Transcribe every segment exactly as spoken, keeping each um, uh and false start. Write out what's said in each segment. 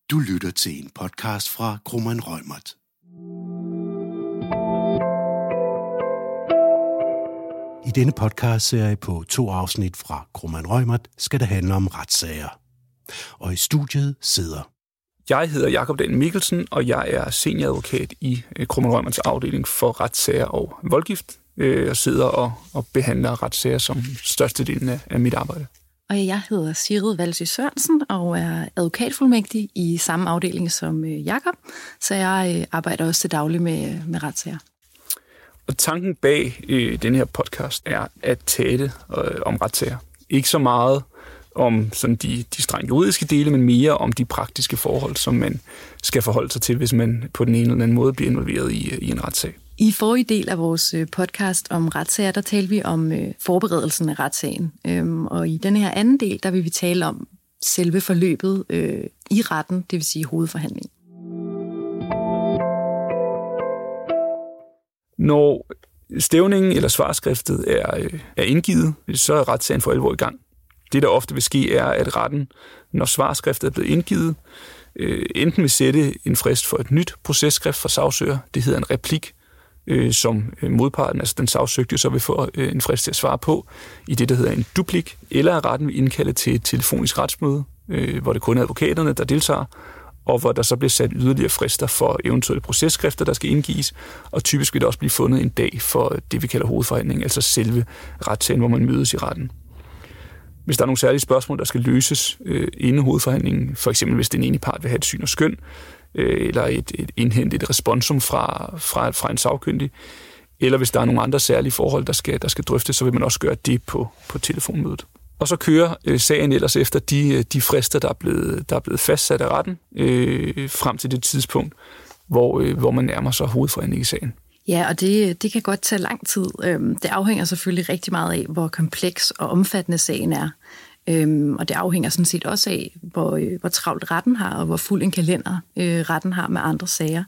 Du lytter til en podcast fra Kromann Reumert. I denne podcastserie på to afsnit fra Kromann Reumert skal det handle om retssager. Og i studiet sidder... Jeg hedder Jakob Dahl Mikkelsen, og jeg er senioradvokat i Kromann Reumerts afdeling for retssager og voldgift. Jeg sidder og, og behandler retssager som størstedelen af, af mit arbejde. Og jeg hedder Sigrid Valsø Sørensen og er advokatfuldmægtig i samme afdeling som Jakob, så jeg arbejder også til daglig med, med retssager. Og tanken bag øh, den her podcast er at tale øh, om retssager. Ikke så meget om sådan de, de strengt juridiske dele, men mere om de praktiske forhold, som man skal forholde sig til, hvis man på den ene eller anden måde bliver involveret i, i en retssag. I forrige del af vores podcast om retssager, der talte vi om øh, forberedelsen af retssagen. Øhm, og i denne her anden del, der vil vi tale om selve forløbet øh, i retten, det vil sige hovedforhandlingen. Når stævningen eller svarskriftet er, øh, er indgivet, så er retssagen for alvor i gang. Det, der ofte vil ske, er, at retten, når svarskriftet er blevet indgivet, øh, enten vil sætte en frist for et nyt processkrift for sagsøger, det hedder en replik, øh, som modparten, altså den sagsøgte, så vil få øh, en frist til at svare på, i det, der hedder en duplik, eller at retten vil indkalde til et telefonisk retsmøde, øh, hvor det kun er advokaterne, der deltager, og hvor der så bliver sat yderligere frister for eventuelle processkrifter, der skal indgives, og typisk vil der også blive fundet en dag for det, vi kalder hovedforhandling, altså selve retssagen, hvor man mødes i retten. Hvis der er nogle særlige spørgsmål, der skal løses øh, inden hovedforhandlingen, for eksempel hvis den ene part vil have et syn og skøn, øh, eller et, et indhentet et responsum fra, fra, fra en sagkyndig, eller hvis der er nogle andre særlige forhold, der skal, der skal drøftes, så vil man også gøre det på, på telefonmødet. Og så kører øh, sagen ellers efter de, de frister, der er blevet, der er blevet fastsat af retten, øh, frem til det tidspunkt, hvor, øh, hvor man nærmer sig hovedforhandling i sagen. Ja, og det, det kan godt tage lang tid. Det afhænger selvfølgelig rigtig meget af, hvor kompleks og omfattende sagen er. Og det afhænger sådan set også af, hvor, hvor travlt retten har, og hvor fuld en kalender retten har med andre sager.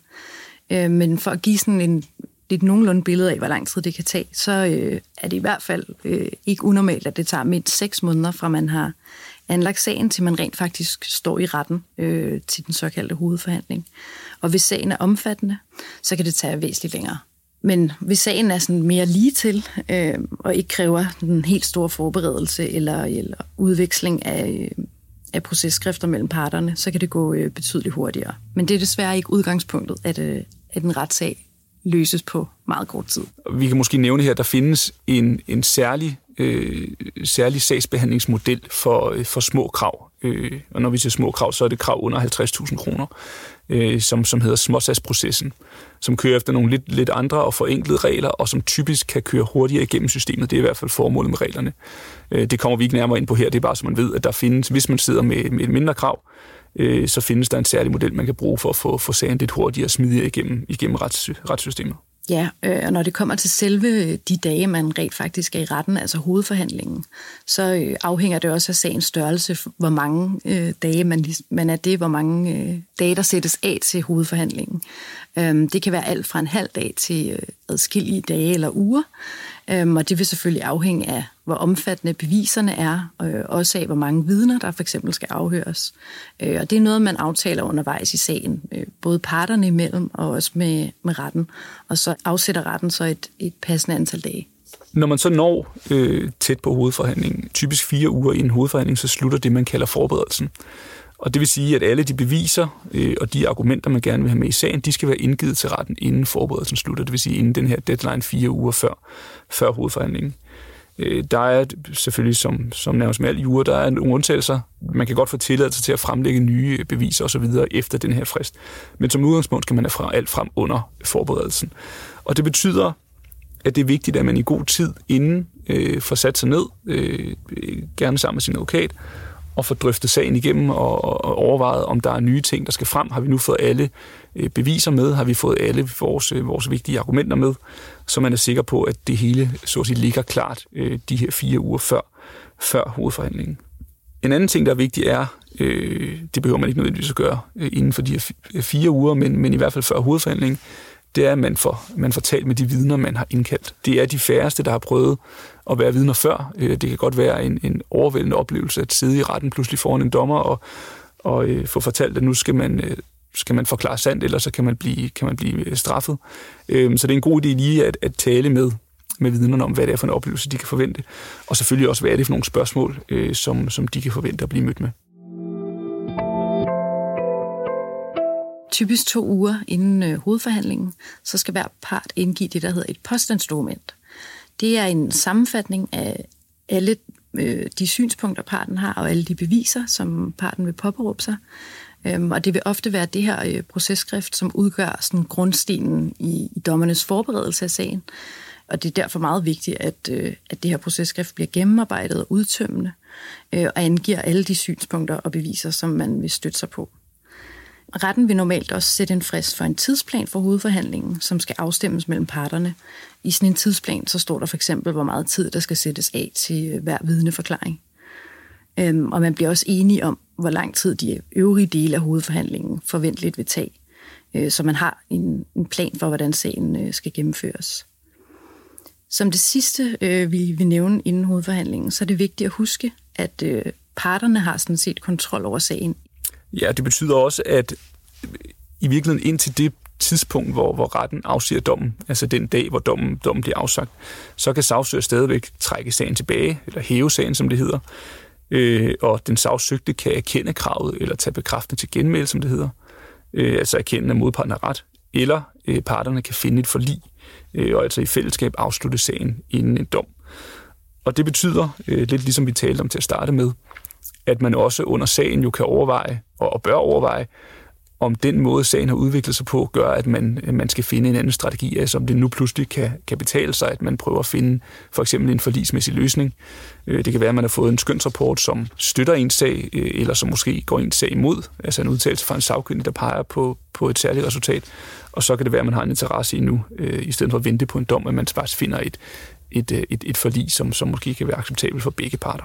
Men for at give sådan en lidt nogenlunde billede af, hvor lang tid det kan tage, så er det i hvert fald ikke unormalt, at det tager mindst seks måneder, fra man har anlagt sagen, til man rent faktisk står i retten øh, til den såkaldte hovedforhandling. Og hvis sagen er omfattende, så kan det tage væsentligt længere. Men hvis sagen er sådan mere lige til, øh, og ikke kræver en helt stor forberedelse eller, eller udveksling af, af processkrifter mellem parterne, så kan det gå øh, betydeligt hurtigere. Men det er desværre ikke udgangspunktet, at, øh, at en retssag løses på meget kort tid. Vi kan måske nævne her, at der findes en, en særlig, øh, særlig sagsbehandlingsmodel for, øh, for små krav. Øh, og når vi siger små krav, så er det krav under halvtreds tusind kroner, øh, som, som hedder småsagsprocessen, som kører efter nogle lidt, lidt andre og forenklede regler, og som typisk kan køre hurtigere igennem systemet. Det er i hvert fald formålet med reglerne. Øh, det kommer vi ikke nærmere ind på her. Det er bare, så man ved, at der findes, hvis man sidder med, med et mindre krav, øh, så findes der en særlig model, man kan bruge for at få, få sagen lidt hurtigere og smidigere igennem, igennem rets, retssystemet. Ja, øh, og når det kommer til selve de dage, man rent faktisk er i retten, altså hovedforhandlingen, så øh, afhænger det også af sagens størrelse, hvor mange øh, dage man, man er det, hvor mange øh, dage, der sættes af til hovedforhandlingen. Øh, det kan være alt fra en halv dag til øh, adskillige dage eller uger, øh, og det vil selvfølgelig afhænge af, hvor omfattende beviserne er, og øh, også af, hvor mange vidner, der for eksempel skal afhøres. Øh, og det er noget, man aftaler undervejs i sagen, øh, både parterne imellem og også med, med retten, og så afsætter retten så et, et passende antal dage. Når man så når øh, tæt på hovedforhandlingen, typisk fire uger inden hovedforhandlingen, så slutter det, man kalder forberedelsen. Og det vil sige, at alle de beviser øh, og de argumenter, man gerne vil have med i sagen, de skal være indgivet til retten, inden forberedelsen slutter. Det vil sige, inden den her deadline fire uger før, før hovedforhandlingen. Øh, der er selvfølgelig, som, som nærmest med al jura, der er nogle undtagelser. Man kan godt få tilladelse til at fremlægge nye beviser osv. efter den her frist. Men som udgangspunkt skal man have fra alt frem under forberedelsen. Og det betyder, at det er vigtigt, at man i god tid inden øh, får sat sig ned, øh, gerne sammen med sin advokat, og få drøftet sagen igennem og, og overvejet, om der er nye ting, der skal frem. Har vi nu fået alle øh, beviser med? Har vi fået alle vores, øh, vores vigtige argumenter med? Så man er sikker på, at det hele så at sige, ligger klart øh, de her fire uger før, før hovedforhandlingen. En anden ting, der er vigtig, er, øh, det behøver man ikke nødvendigvis at gøre øh, inden for de her fire uger, men, men i hvert fald før hovedforhandlingen, det er, at man får, man får talt med de vidner, man har indkaldt. Det er de færreste, der har prøvet at være vidner før. Det kan godt være en, en overvældende oplevelse at sidde i retten pludselig foran en dommer og, og øh, få fortalt, at nu skal man, øh, skal man forklare sandt, eller så kan man blive, kan man blive straffet. Øh, så det er en god idé lige at, at tale med, med vidnerne om, hvad det er for en oplevelse, de kan forvente, og selvfølgelig også, hvad er det for nogle spørgsmål, øh, som, som de kan forvente at blive mødt med. Typisk to uger inden øh, hovedforhandlingen, så skal hver part indgive det, der hedder et påstandsdokument. Det er en sammenfatning af alle øh, de synspunkter, parten har, og alle de beviser, som parten vil påberåbe sig. Øhm, og det vil ofte være det her øh, processkrift, som udgør sådan, grundstenen i, i dommernes forberedelse af sagen. Og det er derfor meget vigtigt, at, øh, at det her processkrift bliver gennemarbejdet og udtømmende, øh, og angiver alle de synspunkter og beviser, som man vil støtte sig på. Retten vil normalt også sætte en frist for en tidsplan for hovedforhandlingen, som skal afstemmes mellem parterne. I sådan en tidsplan så står der for eksempel, hvor meget tid der skal sættes af til hver vidneforklaring. Øhm, og man bliver også enige om, hvor lang tid de øvrige dele af hovedforhandlingen forventeligt vil tage, øh, så man har en, en plan for, hvordan sagen øh, skal gennemføres. Som det sidste, øh, vi vil nævne inden hovedforhandlingen, så er det vigtigt at huske, at øh, parterne har sådan set kontrol over sagen. Ja, det betyder også, at i virkeligheden indtil det tidspunkt, hvor, hvor retten afsiger dommen, altså den dag, hvor dommen, dommen bliver afsagt, så kan sagsøger stadigvæk trække sagen tilbage, eller hæve sagen, som det hedder, øh, og den sagsøgte kan erkende kravet, eller tage bekræftende til genmæld, som det hedder, øh, altså erkende, at modparten har ret, eller øh, parterne kan finde et forlig, øh, og altså i fællesskab afslutte sagen inden en dom. Og det betyder, øh, lidt ligesom vi talte om til at starte med, at man også under sagen jo kan overveje, og bør overveje, om den måde, sagen har udviklet sig på, gør, at man, man skal finde en anden strategi, altså om det nu pludselig kan, kan betale sig, at man prøver at finde for eksempel en forligsmæssig løsning. Det kan være, at man har fået en skønsrapport, som støtter en sag, eller som måske går en sag imod, altså en udtalelse fra en sagkyndig, der peger på, på et særligt resultat, og så kan det være, at man har en interesse i nu, i stedet for at vente på en dom, at man faktisk finder et, et, et, et forlig, som, som måske kan være acceptabelt for begge parter.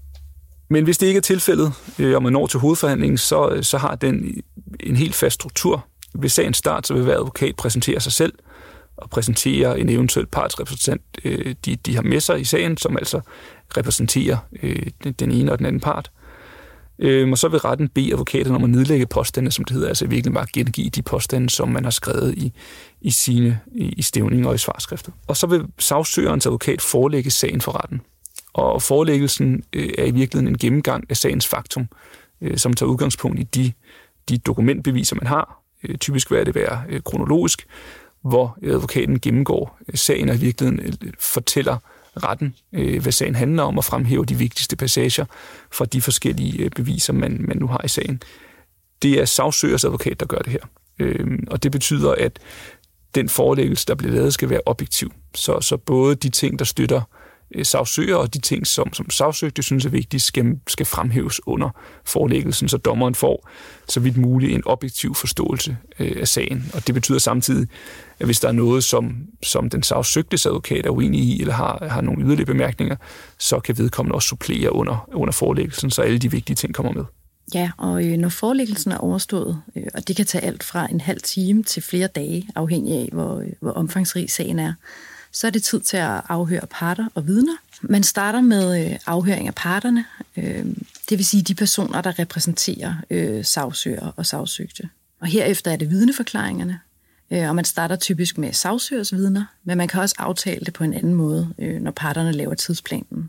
Men hvis det ikke er tilfældet, øh, og man når til hovedforhandlingen, så, så har den en helt fast struktur. Ved sagens start, så vil hver advokat præsentere sig selv og præsentere en eventuel partsrepræsentant, øh, de, de har med sig i sagen, som altså repræsenterer øh, den ene og den anden part. Øh, og så vil retten bede advokaten om at nedlægge påstande, som det hedder, altså virkelig bare gengive de påstande, som man har skrevet i, i sine i, i stævninger og i svarskriftet. Og så vil sagsøgerens advokat forelægge sagen for retten. Og forelæggelsen øh, er i virkeligheden en gennemgang af sagens faktum, øh, som tager udgangspunkt i de, de dokumentbeviser, man har. Øh, typisk vil det være øh, kronologisk, hvor advokaten gennemgår øh, sagen og i virkeligheden øh, fortæller retten, øh, hvad sagen handler om, og fremhæver de vigtigste passager fra de forskellige øh, beviser, man, man nu har i sagen. Det er sagsøgers advokat, der gør det her. Øh, og det betyder, at den forelæggelse, der bliver lavet, skal være objektiv. Så, så både de ting, der støtter sagsøger, og de ting, som, som sagsøgte synes er vigtige, skal, skal fremhæves under forelæggelsen, så dommeren får så vidt muligt en objektiv forståelse øh, af sagen. Og det betyder samtidig, at hvis der er noget, som, som den sagsøgtes advokat er uenig i, eller har, har nogle yderligere bemærkninger, så kan vedkommende også supplere under, under forelæggelsen, så alle de vigtige ting kommer med. Ja, og øh, når forelæggelsen er overstået, øh, og det kan tage alt fra en halv time til flere dage, afhængig af, hvor, øh, hvor omfangsrig sagen er, så er det tid til at afhøre parter og vidner. Man starter med øh, afhøring af parterne, øh, det vil sige de personer, der repræsenterer øh, sagsøger og sagsøgte. Og herefter er det vidneforklaringerne, øh, og man starter typisk med sagsøgers vidner, men man kan også aftale det på en anden måde, øh, når parterne laver tidsplanen.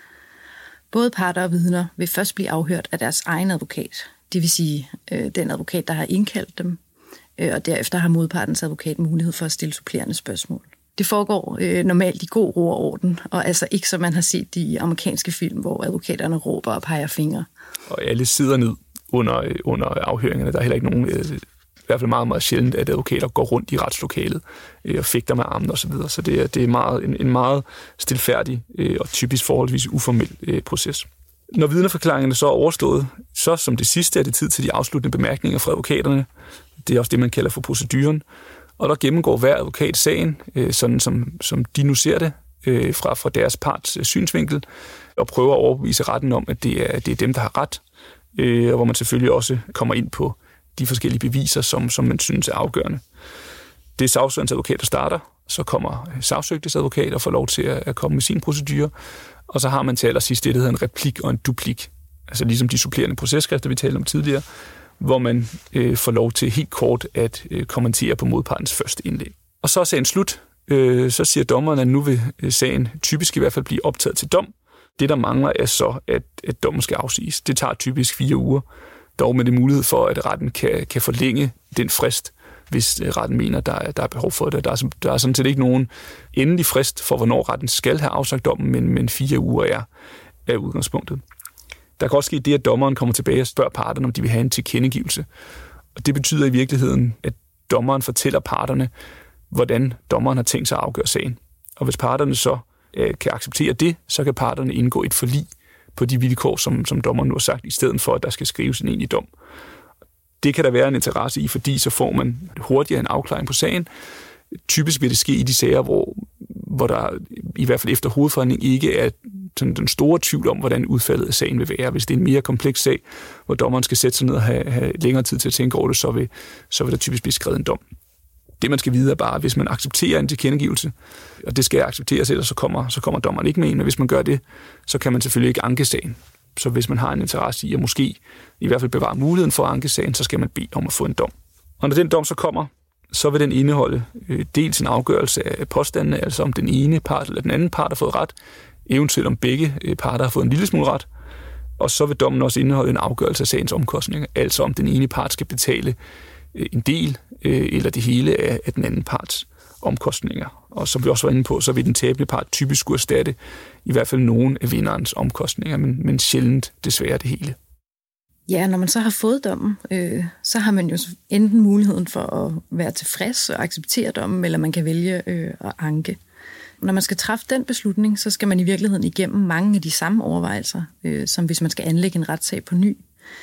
Både parter og vidner vil først blive afhørt af deres egen advokat, det vil sige øh, den advokat, der har indkaldt dem, øh, og derefter har modpartens advokat mulighed for at stille supplerende spørgsmål. Det foregår øh, normalt i god ro og orden, og altså ikke som man har set i amerikanske film, hvor advokaterne råber og peger fingre. Og alle sidder ned under, under afhøringerne. Der er heller ikke nogen, øh, i hvert fald meget, meget sjældent, at advokater går rundt i retslokalet øh, og fægter med armen osv. Så, videre. Så det er, det er meget, en, en meget stilfærdig øh, og typisk forholdsvis uformel øh, proces. Når vidneforklaringerne så er overstået, så som det sidste er det tid til de afsluttende bemærkninger fra advokaterne. Det er også det, man kalder for proceduren. Og der gennemgår hver advokat sagen, øh, sådan som, som de nu ser det, øh, fra, fra deres parts øh, synsvinkel, og prøver at overbevise retten om, at det er, det er dem, der har ret, øh, og hvor man selvfølgelig også kommer ind på de forskellige beviser, som, som man synes er afgørende. Det er sagsøgerens advokat, der starter, så kommer sagsøgtes advokat og får lov til at, at komme med sin procedure, og så har man til allersidst det, der hedder en replik og en duplik. altså ligesom de supplerende processkrifter, vi talte om tidligere, hvor man øh, får lov til helt kort at øh, kommentere på modpartens første indlæg. Og så er sagen slut. Øh, så siger dommeren, at nu vil øh, sagen typisk i hvert fald blive optaget til dom. Det, der mangler, er så, at, at dommen skal afsiges. Det tager typisk fire uger, dog med det mulighed for, at retten kan, kan forlænge den frist, hvis retten mener, der er, der er behov for det. Der er, der er sådan set ikke nogen endelig frist for, hvornår retten skal have afsagt dommen, men, men fire uger er, er udgangspunktet. Der kan også ske det, at dommeren kommer tilbage og spørger parterne, om de vil have en tilkendegivelse. Og det betyder i virkeligheden, at dommeren fortæller parterne, hvordan dommeren har tænkt sig at afgøre sagen. Og hvis parterne så øh, kan acceptere det, så kan parterne indgå et forlig på de vilkår, som, som dommeren nu har sagt, i stedet for, at der skal skrives en egentlig dom. Det kan der være en interesse i, fordi så får man hurtigere en afklaring på sagen. Typisk vil det ske i de sager, hvor, hvor der i hvert fald efter hovedforhandling ikke er sådan den store tvivl om, hvordan udfaldet af sagen vil være. Hvis det er en mere kompleks sag, hvor dommeren skal sætte sig ned og have, have længere tid til at tænke over det, så vil, så vil der typisk blive skrevet en dom. Det, man skal vide, er bare, at hvis man accepterer en tilkendegivelse, og det skal accepteres, ellers så kommer, så kommer dommeren ikke med en, men hvis man gør det, så kan man selvfølgelig ikke anke sagen. Så hvis man har en interesse i at måske i hvert fald bevare muligheden for at anke sagen, så skal man bede om at få en dom. Og når den dom så kommer, så vil den indeholde øh, dels en afgørelse af påstandene, altså om den ene part eller den anden part har fået ret, eventuelt om begge øh, parter har fået en lille smule ret, og så vil dommen også indeholde en afgørelse af sagens omkostninger, altså om den ene part skal betale øh, en del øh, eller det hele af, af den anden parts omkostninger. Og som vi også var inde på, så vil den tabende part typisk skulle erstatte i hvert fald nogen af vinderens omkostninger, men, men sjældent desværre det hele. Ja, når man så har fået dommen, øh, så har man jo enten muligheden for at være tilfreds og acceptere dommen, eller man kan vælge øh, at anke. Når man skal træffe den beslutning, så skal man i virkeligheden igennem mange af de samme overvejelser, øh, som hvis man skal anlægge en retssag på ny.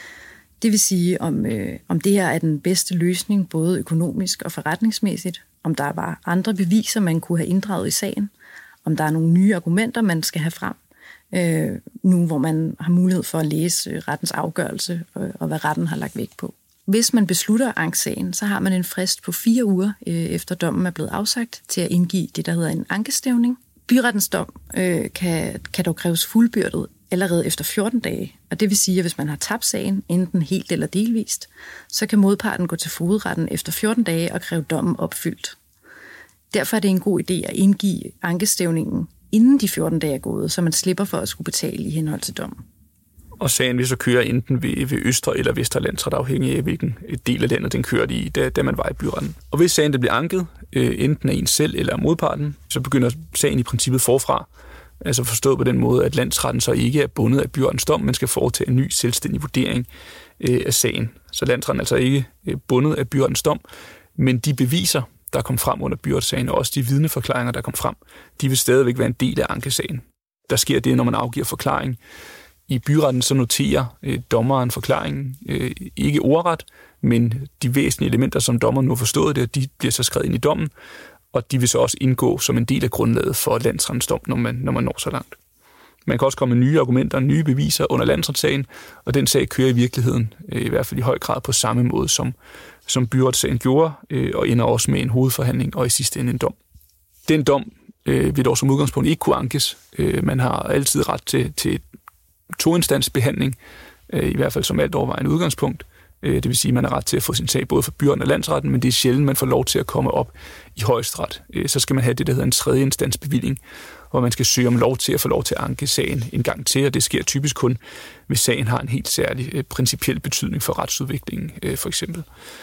Det vil sige, om, øh, om det her er den bedste løsning, både økonomisk og forretningsmæssigt, om der var andre beviser, man kunne have inddraget i sagen, om der er nogle nye argumenter, man skal have frem, øh, nu hvor man har mulighed for at læse øh, rettens afgørelse og, og hvad retten har lagt vægt på. Hvis man beslutter at anke sagen, så har man en frist på fire uger øh, efter dommen er blevet afsagt til at indgive det, der hedder en ankestævning. Byrettens dom øh, kan, kan dog kræves fuldbyrdet allerede efter fjorten dage, og det vil sige, at hvis man har tabt sagen, enten helt eller delvist, så kan modparten gå til fogedretten efter fjorten dage og kræve dommen opfyldt. Derfor er det en god idé at indgive ankestævningen, inden de fjorten dage er gået, så man slipper for at skulle betale i henhold til dommen. Og sagen vil så køre enten ved, ved Østre eller Vestre Landsret, afhængig af hvilken del af landet den kørte i, da, da man var i byretten. Og hvis sagen det bliver anket, øh, enten af en selv eller af modparten, så begynder sagen i princippet forfra. Altså forstået på den måde, at landsretten så ikke er bundet af byrettens dom, men skal foretage en ny selvstændig vurdering øh, af sagen. Så landsretten er altså ikke øh, bundet af byrettens dom, men de beviser, der kom frem under byrettssagen, og også de vidneforklaringer, der kom frem, de vil stadigvæk være en del af ankesagen. Der sker det, når man afgiver forklaring. I byretten så noterer øh, dommeren forklaringen, øh, ikke ordret, men de væsentlige elementer, som dommeren nu har forstået det, de bliver så skrevet ind i dommen, og de vil så også indgå som en del af grundlaget for landsrettens dom, når man, når man når så langt. Man kan også komme med nye argumenter, nye beviser under landsretssagen, og den sag kører i virkeligheden, øh, i hvert fald i høj grad på samme måde, som, som byrettssagen gjorde, øh, og ender også med en hovedforhandling og i sidste ende en dom. Den dom øh, vil dog som udgangspunkt ikke kunne ankes. Øh, man har altid ret til, til toinstansbehandling, øh, i hvert fald som alt overvejende udgangspunkt. Øh, det vil sige, at man har ret til at få sin sag både for byretten og landsretten, men det er sjældent, man får lov til at komme op i højesteret. Øh, så skal man have det, der hedder en tredje instansbevilling, hvor man skal søge om lov til at få lov til at anke sagen en gang til, og det sker typisk kun, hvis sagen har en helt særlig øh, principiel betydning for retsudviklingen, øh, for eksempel.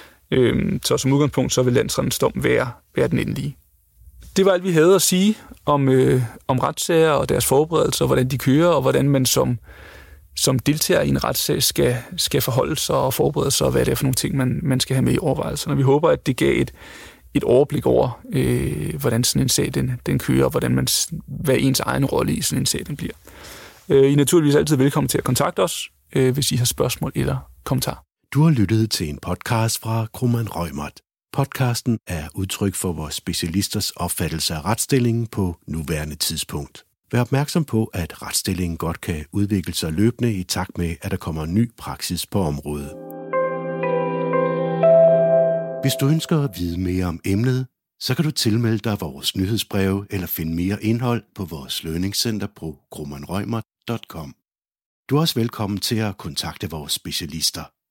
Øh, så som udgangspunkt, så vil landsrettens dom være, være den endelige. Det var alt, vi havde at sige om, øh, om retssager og deres forberedelser, hvordan de kører, og hvordan man som, som deltager i en retssag skal, skal forholde sig og forberede sig, og hvad det er for nogle ting, man, man skal have med i overvejelserne. Vi håber, at det gav et, et overblik over, øh, hvordan sådan en sag den, den kører, og hvordan man, hvad ens egen rolle i sådan en sag den bliver. Øh, I er naturligvis altid velkommen til at kontakte os, øh, hvis I har spørgsmål eller kommentarer. Du har lyttet til en podcast fra Kromann Reumert. Podcasten er udtryk for vores specialisters opfattelse af retsstillingen på nuværende tidspunkt. Vær opmærksom på, at retsstillingen godt kan udvikle sig løbende i takt med, at der kommer ny praksis på området. Hvis du ønsker at vide mere om emnet, så kan du tilmelde dig vores nyhedsbreve eller finde mere indhold på vores learningcenter på kromann reumert punktum com. Du er også velkommen til at kontakte vores specialister.